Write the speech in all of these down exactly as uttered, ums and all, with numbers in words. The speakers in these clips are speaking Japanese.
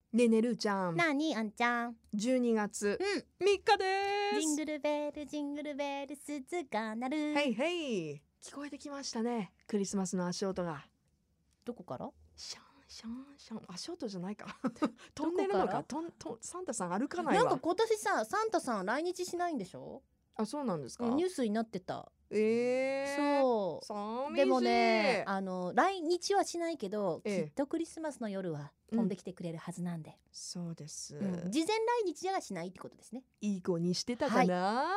ねえねえるーちゃん、 なにあんちゃん。 じゅうにがつうん。 みっかです。 ジングルベルジングルベル鈴が鳴る。 へいへい、聞こえてきましたね、クリスマスの足音が。 どこから？ シャンシャンシャン、足音じゃないか飛んでるのか、とんとんサンタさん歩かないわ。 なんか今年さサンタさん来日しないんでしょ？ あ、そうなんですか。 ニュースになってた。 えー、 そう寂しい。 でもね、あの来日はしないけど、 ええ、 きっとクリスマスの夜は飛んできてくれるはずなんで、 うん、そうです、 うん、事前来日はしないってことですね。 いい子にしてたかな、はい、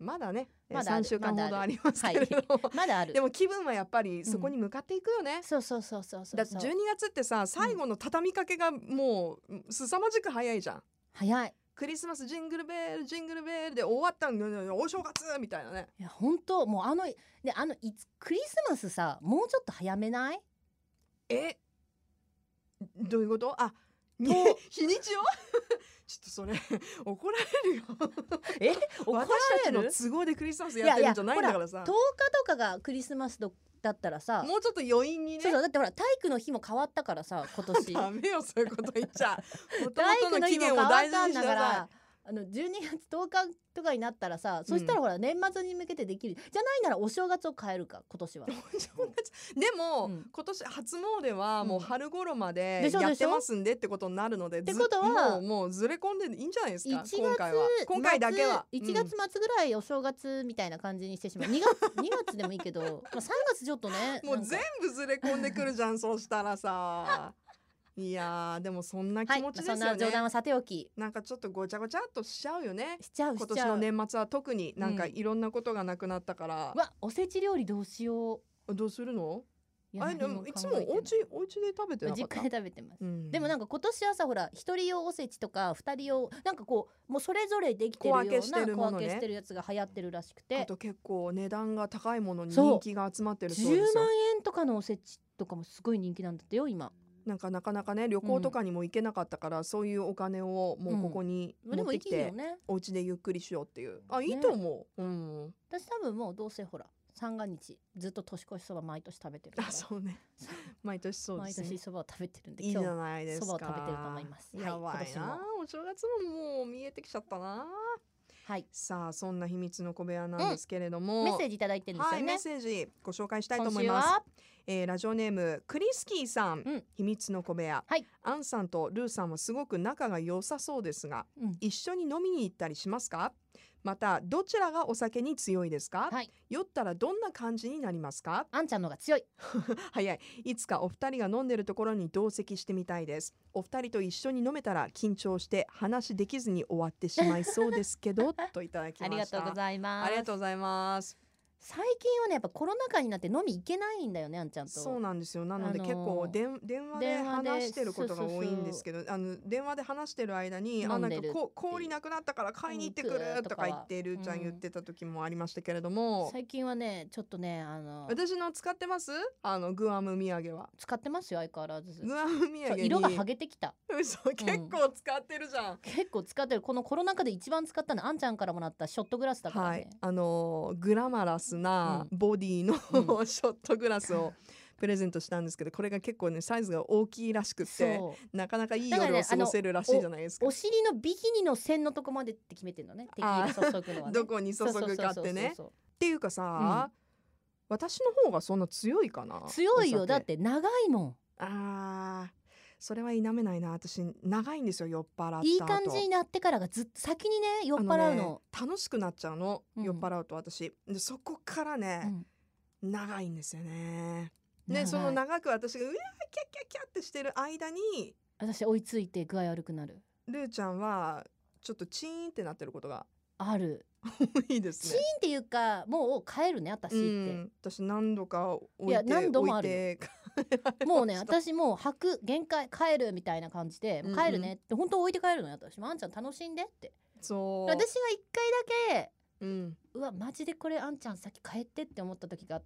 まだね、まださんしゅうかんほどありますけれども、 まだある、はい、まだある。 でも気分はやっぱりそこに向かっていくよね、うん、 そうそうそうそうそう。 だってじゅうにがつってさ、最後の畳みかけがもう凄まじく早いじゃん。 早い。 クリスマスジングルベルジングルベルで終わったのお正月みたいなね。 いや本当もうあのであのいつクリスマスさ、もうちょっと早めない？ えどういうこと？あ、日にちをちょっとそれ怒られるよえ怒られる？ 私たちの都合でクリスマスやってるんじゃないんだからさ。 とおかとかがクリスマスだったらさ、 もうちょっと余韻にね。 そうそう、だってほら体育の日も変わったからさ、今年ダメよそういうこと言っちゃ体育の日も変わったんだから、 あのじゅうにがつとおかとかになったらさ、うん、そしたらほら年末に向けてできるじゃないならお正月を変えるか今年は。お正月でも、うん、今年初詣はもう春頃までやってますんでってことになるので、 ってことはもうもうずれ込んでいいんじゃないですか。今回は今回だけはいちがつ末ぐらいお正月みたいな感じにしてしまう。にがつにがつでもいいけどまあさんがつちょっとねもう全部ずれ込んでくるじゃんそうしたらさいやでもそんな気持ちですよね、 はい、そんな冗談はさておき、 なんかちょっとごちゃごちゃっとしちゃうよね。 しちゃうしちゃう。 今年の年末は特になんかいろんなことがなくなったから、 うん、わおせち料理どうしよう。どうするの？いあれでもいつもお家お家で食べてなかった？ 実家で食べてます、 うん、 でもなんか今年はさほら一人用おせちとか二人用なんかこうもうそれぞれできてるような小分けしてるものね、小分けしてるやつが流行ってるらしくて、 あと結構値段が高いものに人気が集まってるそうですよ。 じゅうまんえんとかのおせちとかもすごい人気なんだってよ今。 なんかなかなかね旅行とかにも行けなかったから、うん、そういうお金をもうここに持ってきて、うんね、お家でゆっくりしようっていうあいいと思う、ね、うん、 私多分もうどうせほら三が日ずっと年越しそば毎年食べてるから。 あそうね毎年そうですね、 毎年そばを食べてるんでいいじゃないですか。 そばを食べてると思います。 やばいな、はい、お正月ももう見えてきちゃったな。はい、さあそんな秘密の小部屋なんですけれども、 うん、メッセージいただいてるんですよね。 はい、メッセージご紹介したいと思います。えー、ラジオネームクリスキーさん、うん、秘密の小部屋、はい、アンさんとルーさんはすごく仲が良さそうですが、うん、一緒に飲みに行ったりしますか？またどちらがお酒に強いですか？はい、酔ったらどんな感じになりますか？ あんちゃんのが強い早い。いつかお二人が飲んでるところに同席してみたいです。お二人と一緒に飲めたら緊張して話できずに終わってしまいそうですけどといただきました。 ありがとうございます。 ありがとうございます。 最近はねやっぱコロナ禍になって飲み行けないんだよねあんちゃんと。 そうなんですよ。なので、あのー、結構で電話で話してることが多いんですけど、あの電話で話してる間にあなんかこ氷なくなったから買いに行ってくるとか言ってるーちゃん言ってた時もありましたけれども、うん、 最近はねちょっとねあの私の使ってますあのグアム土産は使ってますよ相変わらず。 グアム土産に色が剥げてきた。 嘘結構使ってるじゃん、うん、 結構使ってる。このコロナ禍で一番使ったのあんちゃんからもらったショットグラスだからね、はい、 あのグラマラスな、うんボディの、うん、ショットグラスをプレゼントしたんですけど、これが結構ねサイズが大きいらしくてなかなかいい夜を過ごせるらしいじゃないですか。 お, お尻のビキニの線のとこまでって決めてるのね、テキーラ注ぐのは、ね、 どこに注ぐかってね。っていうかさ、うん、私の方がそんな強いかな。 強いよ、だって長いもん。 あーそれは否めないな。私長いんですよ酔っ払った後。 いい感じになってからがずっと先にね酔っ払うの、 ね、楽しくなっちゃうの、うん、酔っ払うと私でそこからね、うん、長いんですよね。でその長く私がうわーキャッキャッキャッってしてる間に私追いついて具合悪くなる。 ルーちゃんはちょっとチーンってなってることがあるいいですね。 チーンっていうかもう帰るね私って、うん、 私何度か置いていや何度もあるよもうね私もう吐く限界帰るみたいな感じで、うんうん、帰るねって本当置いて帰るのよ私も。あんちゃん楽しんでって。 そう私が一回だけ、 うん、 うわマジでこれあんちゃん先帰ってって思った時があって。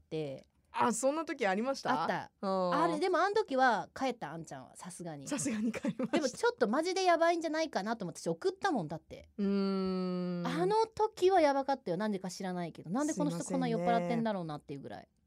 あそんな時ありました。 あったあれでもあの時は帰ったあんちゃんはさすがにさすがに帰りました。 でもちょっとマジでやばいんじゃないかなと思って送ったもん。だってうーんあの時はやばかったよ。なんでか知らないけどなんでこの人こんな酔っ払ってんだろうなっていうぐらい。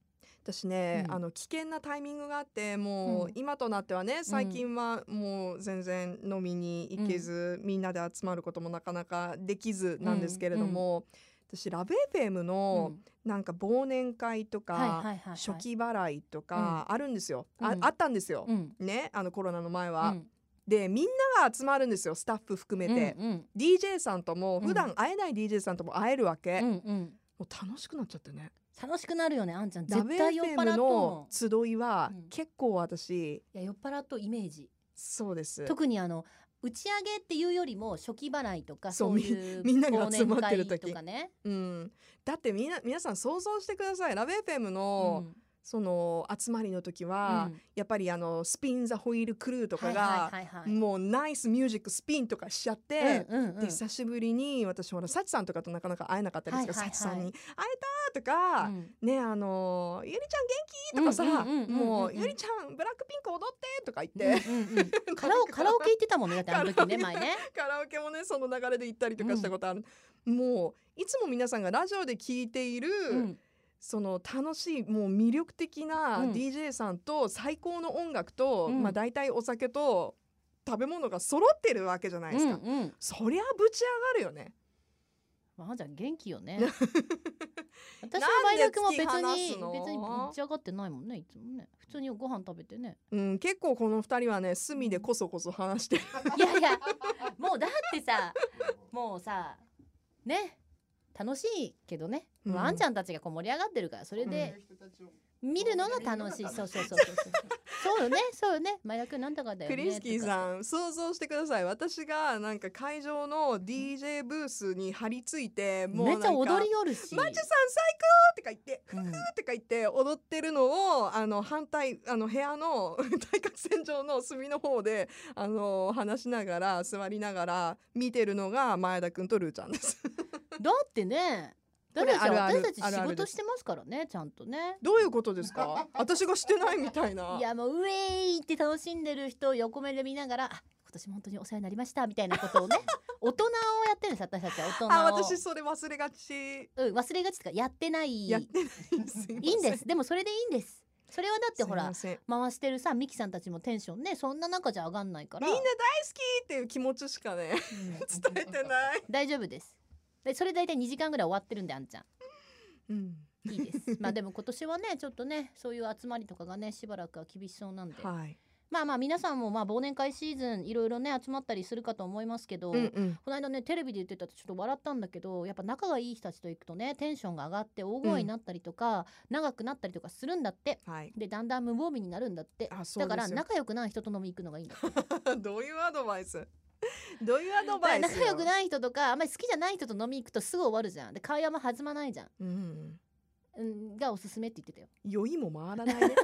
私ね、 うんあの危険なタイミングがあってもう、 うん今となってはね最近はもう全然飲みに行けず、みんなで集まることもなかなかできずなんですけれども、私ラブ エフエム のなんか忘年会とか初期払いとかあるんですよ、 うんあ, あったんですよ、 うんね、あのコロナの前は、 うんでみんなが集まるんですよ、スタッフ含めて、 うんうん、 ディージェー さんとも普段会えない ディージェー さんとも会えるわけ、 うんうん、 もう楽しくなっちゃってね。 楽しくなるよね、あんちゃん。 ラブ絶対酔っエフエム払っとうもの集いはうん結構私、 いや酔っ払っとうイメージ。 そうです。 特にあの打ち上げっていうよりも初期払いとかそうそういうみみんなが集まってる時忘年会とかね、 うん、だってみんな皆さん想像してください。ラブ エフエム の、 うんその集まりの時は、 うんやっぱりあのスピン・ザ・ホイール・クルーとかが、 はいはいはいはい、 もうナイスミュージックスピンとかしちゃって、 うんうんうん、 で久しぶりに私ほらサチさんとかとなかなか会えなかったですけど、 はいはいはいサチさんに会えたとか、 うんね、あのゆりちゃん元気とかさ、 うんうんうんうんうんもうゆりちゃんブラックピンク踊ってとか言って、 うんうんうん、カラオカラオケ行ってたもんね、だってあの時ね、前ねカラオケもねその流れで行ったりとかしたことある、うん、もういつも皆さんがラジオで聞いている、うん、その楽しいもう魅力的な ディージェー さんと最高の音楽と、うん、まあ大体お酒と食べ物が揃ってるわけじゃないですか、うんうん、そりゃぶち上がるよね。 まあじゃあ元気よね私は前田君は別に別にぶち上がってないもんね、いつもね普通にご飯食べてね、 うん、結構この二人はね隅でこそこそ話してるいやいやもうだってさもうさね楽しいけどね、うん、あんちゃんたちがこう盛り上がってるからそれで見るのが楽しい、うん、そうそうそうそうそうよねそうよね前田君なんだかだよね。 クリスキーさん想像してください。私がなんか会場の ディージェー ブースに張り付いてもうなんかめっちゃ踊りよるしマッチさん最高とか言ってフフとか言って踊ってるのをあの反対あの部屋の対角線上の隅の方であの話しながら座りながら見てるのが前田君とルーちゃんですだってねだって私たち仕事してますからね、ちゃんとね。 どういうことですか私がしてないみたいな。 いやもうウェイって楽しんでる人を横目で見ながら、あ今年も本当にお世話になりましたみたいなことをね大人をやってるんです私たちは。大人を。 あ私それ忘れがち。 うん忘れがちとかやってないやってないすいいいんです。でもそれでいいんです。それはだってほら回してるさミキさんたちもテンションねそんな中じゃ上がんないからみんな大好きっていう気持ちしかね、うん、伝えてない大丈夫です。でそれ大体にじかんぐらい終わってるんであんちゃん、うん、いいですまあでも今年はねちょっとねそういう集まりとかがねしばらくは厳しそうなんで、はい、まあまあ皆さんもまあ忘年会シーズンいろいろね集まったりするかと思いますけど、うんうん、この間ねテレビで言ってたとちょっと笑ったんだけどやっぱ仲がいい人たちと行くとねテンションが上がって大声になったりとか、うん、長くなったりとかするんだって、はい、でだんだん無防備になるんだって。だから仲良くない人と飲み行くのがいいんだってどういうアドバイスどういうアドバイス仲良くない人とかあんまり好きじゃない人と飲み行くとすぐ終わるじゃん。で会話も弾まないじゃん、うんうん、がおすすめって言ってたよ。 酔いも回らないね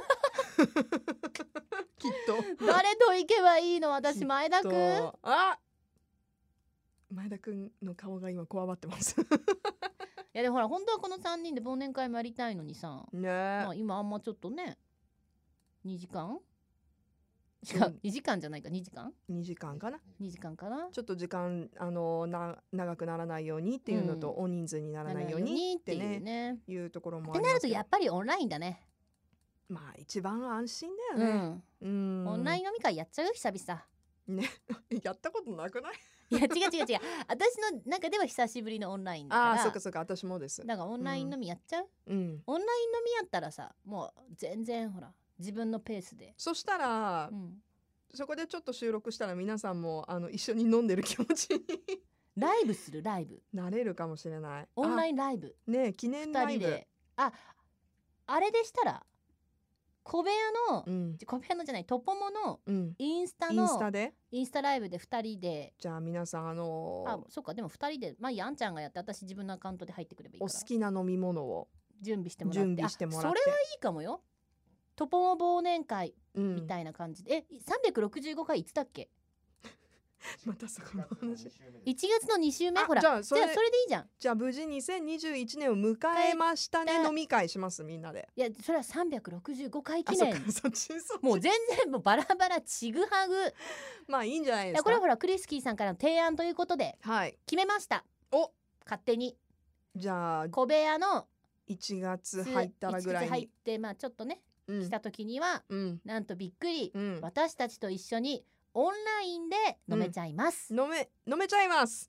きっと誰と行けばいいの私前田くん。 あ前田くんの顔が今こわばってますいやでもほら本当はこのさんにんで忘年会もやりたいのにさ、ねまあ、今あんまちょっとねにじかん違うにじかんじゃないかにじかんにじかんかなにじかんかなちょっと時間あのな長くならないようにっていうのと、うん、大人数にならないようにってね、ねいうところもありますけど。ってなるとやっぱりオンラインだね。 まあ一番安心だよね、 うん、うんオンライン飲み会やっちゃう久々 ねやったことなくないいや違う違う違う私の中では久しぶりのオンラインだから。 ああそうかそうか私もです。 だからオンライン飲みやっちゃう、うん、オンライン飲みやったらさもう全然ほら自分のペースでそしたら、うん、そこでちょっと収録したら皆さんもあの一緒に飲んでる気持ちにライブするライブなれるかもしれない。 オンラインライブね記念ライブでああれでしたら小部屋の、うん、小部屋のじゃないトポモのインスタの、うん、インスタでインスタライブでふたりでじゃあ皆さんあのー、 あそっかでもふたりでまあいいあんちゃんがやって私自分のアカウントで入ってくればいいからお好きな飲み物を準備してもらって準備してもらってそれはいいかもよ。トポモ忘年会みたいな感じで、うん、えさんびゃくろくじゅうごかいいつだっけまたそこの話いちがつのに週目ほらじゃあそれ、じゃあそれでいいじゃん。 じゃあ無事にせんにじゅういちねんを迎えましたね飲み会しますみんなで。 いやそれはさんびゃくろくじゅうごかい記念。 そっちそっちもう全然もうバラバラちぐはぐまあいいんじゃないですか。 これはほらクリスキーさんからの提案ということで決めました、 はい、お勝手にじゃあ小部屋のいちがつ入ったらぐらいにいちがつ入ってまあちょっとね、うん、来た時には、うん、なんとびっくり、うん、私たちと一緒にオンラインで飲めちゃいます、 うん、飲め飲めちゃいます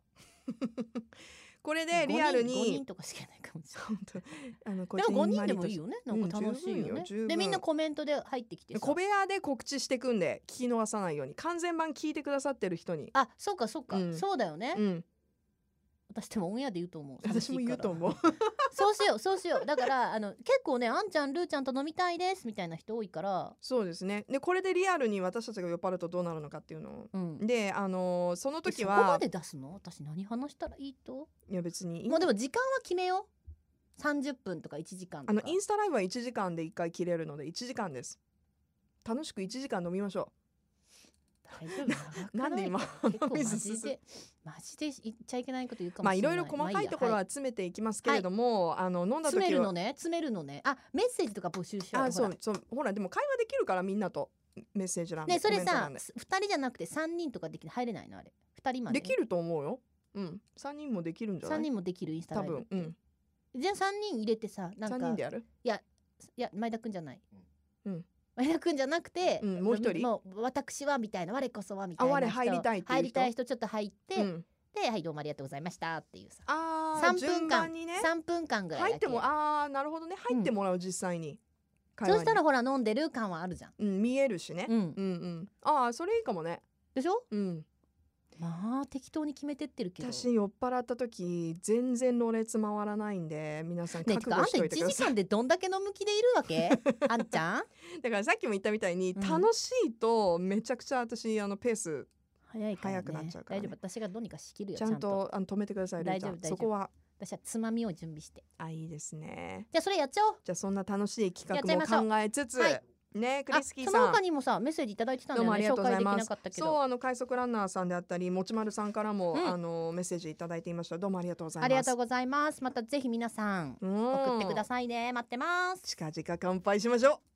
これでリアルにごにんとかしかないかもしれないあのでもごにんでもいいよね、なんか楽しいよね、うん、でみんなコメントで入ってきてさ小部屋で告知してくんで聞き逃さないように完全版聞いてくださってる人にあそうかそうか、うん、そうだよね、うん、私でもオンエアで言うと思う私も言うと思うそうしようそうしようだからあの結構ねあんちゃんルーちゃんと飲みたいですみたいな人多いからそうですねでこれでリアルに私たちが酔っ払うとどうなるのかっていうのを、うん、であのー、その時はそこまで出すの私何話したらいいといや別にもうでも時間は決めようさんじゅっぷんとかいちじかんとかあのインスタライブはいちじかんでいっかい切れるのでいちじかんです楽しくいちじかん飲みましょう大丈夫なんで今マジでマジで言っちゃいけないこと言うかもしれない。 まあいろいろ細かいところは詰めていきますけれども、はい、あの飲んだ時は詰めるのね詰めるのねあメッセージとか募集しようあそうそうほらでも会話できるからみんなとメッセージ欄でねそれさふたりじゃなくてさんにんとかでき入れないのあれふたりまで、 ね、できると思うようんさんにんもできるんじゃないさんにんもできるインスタライブ多分、 うん、じゃあさんにん入れてさなんかさんにんでやるいやいや前田くんじゃないうん前田くんじゃなくて、 うん、もう一人もう私はみたいな我こそはみたいな人あ我入りたいっていう人入りたい人ちょっと入って、うん、ではいどうもありがとうございましたっていうさあさんぷんかんにねさんぷんかんぐらい入ってもあーなるほどね入ってもらう、うん、実際にそうしたらほら飲んでる感はあるじゃん、 うん、見えるしね、うん、うんうんああそれいいかもねでしょうんまあ適当に決めてってるけど私酔っ払った時全然ろれつ回らないんで皆さん覚悟しといてください、ね、あんたいちじかんでどんだけ飲む気でいるわけあんちゃんだからさっきも言ったみたいに、うん、楽しいとめちゃくちゃ私あのペース早いから、ね、早くなっちゃうから、ね、 大丈夫私がどうにか仕切るよちゃんとあの止めてください大丈夫そこは私はつまみを準備してあいいですねじゃあそれやっちゃおうじゃあそんな楽しい企画も考えつつねクリスキーさんその他にもさメッセージいただいてたんだよね紹介できなかったけどそうあの快速ランナーさんであったりもちまるさんからも、うん、あのメッセージいただいていましたどうもありがとうございますありがとうございますまたぜひ皆さん送ってくださいね待ってます近々乾杯しましょう